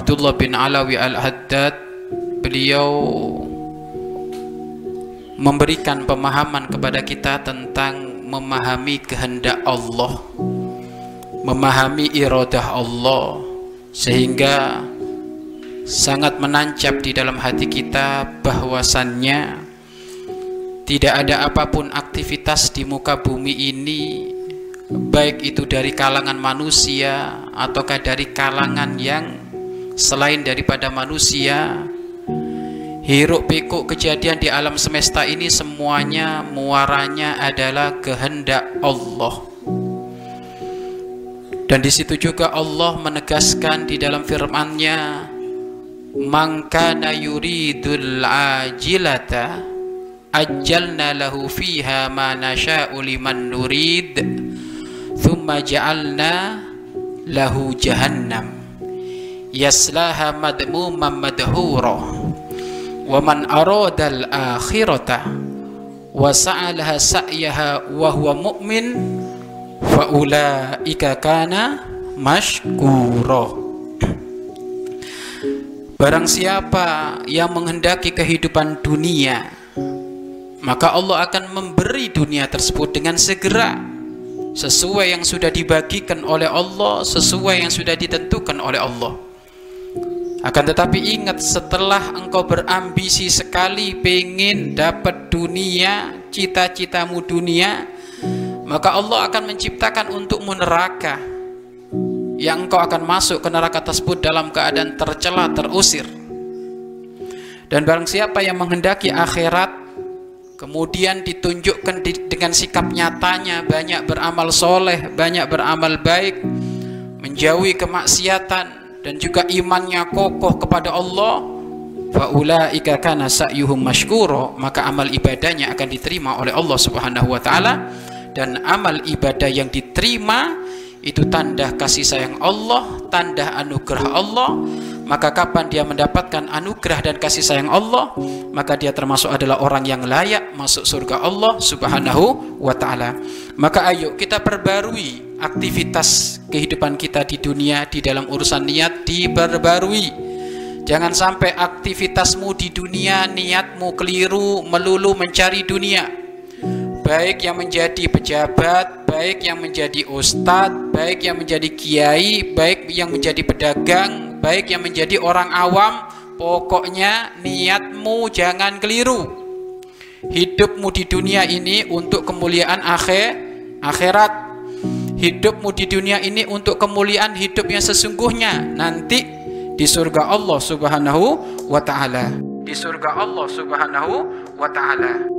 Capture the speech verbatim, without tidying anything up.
Abdullah bin Alawi Al-Haddad, beliau memberikan pemahaman kepada kita tentang memahami kehendak Allah, memahami iradah Allah, sehingga sangat menancap di dalam hati kita bahwasannya tidak ada apapun aktivitas di muka bumi ini, baik itu dari kalangan manusia ataukah dari kalangan yang selain daripada manusia, hiruk pikuk kejadian di alam semesta ini semuanya muaranya adalah kehendak Allah. Dan di situ juga Allah menegaskan di dalam firman-Nya, "Man kana yuridul ajilata ajjalna lahu fiha ma nasha'u liman nurid thumma ja'alna lahu jahannam yaslaha madmuman madhura wa man aradal akhirata wa sa'alaha sa'yaha wa huwa mu'min fa ulaika kana mashkura." Barang siapa yang menghendaki kehidupan dunia, maka Allah akan memberi dunia tersebut dengan segera, sesuai yang sudah dibagikan oleh Allah, sesuai yang sudah ditentukan oleh Allah. Akan tetapi ingat, setelah engkau berambisi sekali pengen dapat dunia, cita-citamu dunia, maka Allah akan menciptakan untukmu neraka, yang engkau akan masuk ke neraka tersebut dalam keadaan tercela, terusir. Dan barang siapa yang menghendaki akhirat, kemudian ditunjukkan di, dengan sikap nyatanya, banyak beramal soleh, banyak beramal baik, menjauhi kemaksiatan, dan juga imannya kokoh kepada Allah, faulaika kana sa'yuhum mashkura, maka amal ibadahnya akan diterima oleh Allah Subhanahu wa taala. Dan amal ibadah yang diterima itu tanda kasih sayang Allah, tanda anugerah Allah. Maka kapan dia mendapatkan anugerah dan kasih sayang Allah, maka dia termasuk adalah orang yang layak masuk surga Allah Subhanahu wa ta'ala. Maka ayo kita perbarui aktivitas kehidupan kita di dunia, di dalam urusan niat diperbarui. Jangan sampai aktivitasmu di dunia, niatmu keliru, melulu mencari dunia. Baik yang menjadi pejabat, baik yang menjadi ustadz, baik yang menjadi kiai, baik yang menjadi pedagang, baik yang menjadi orang awam, pokoknya niatmu jangan keliru. Hidupmu di dunia ini untuk kemuliaan akhir, akhirat. Hidupmu di dunia ini untuk kemuliaan hidup yang sesungguhnya nanti di surga Allah Subhanahu wa ta'ala. Di surga Allah Subhanahu wa ta'ala.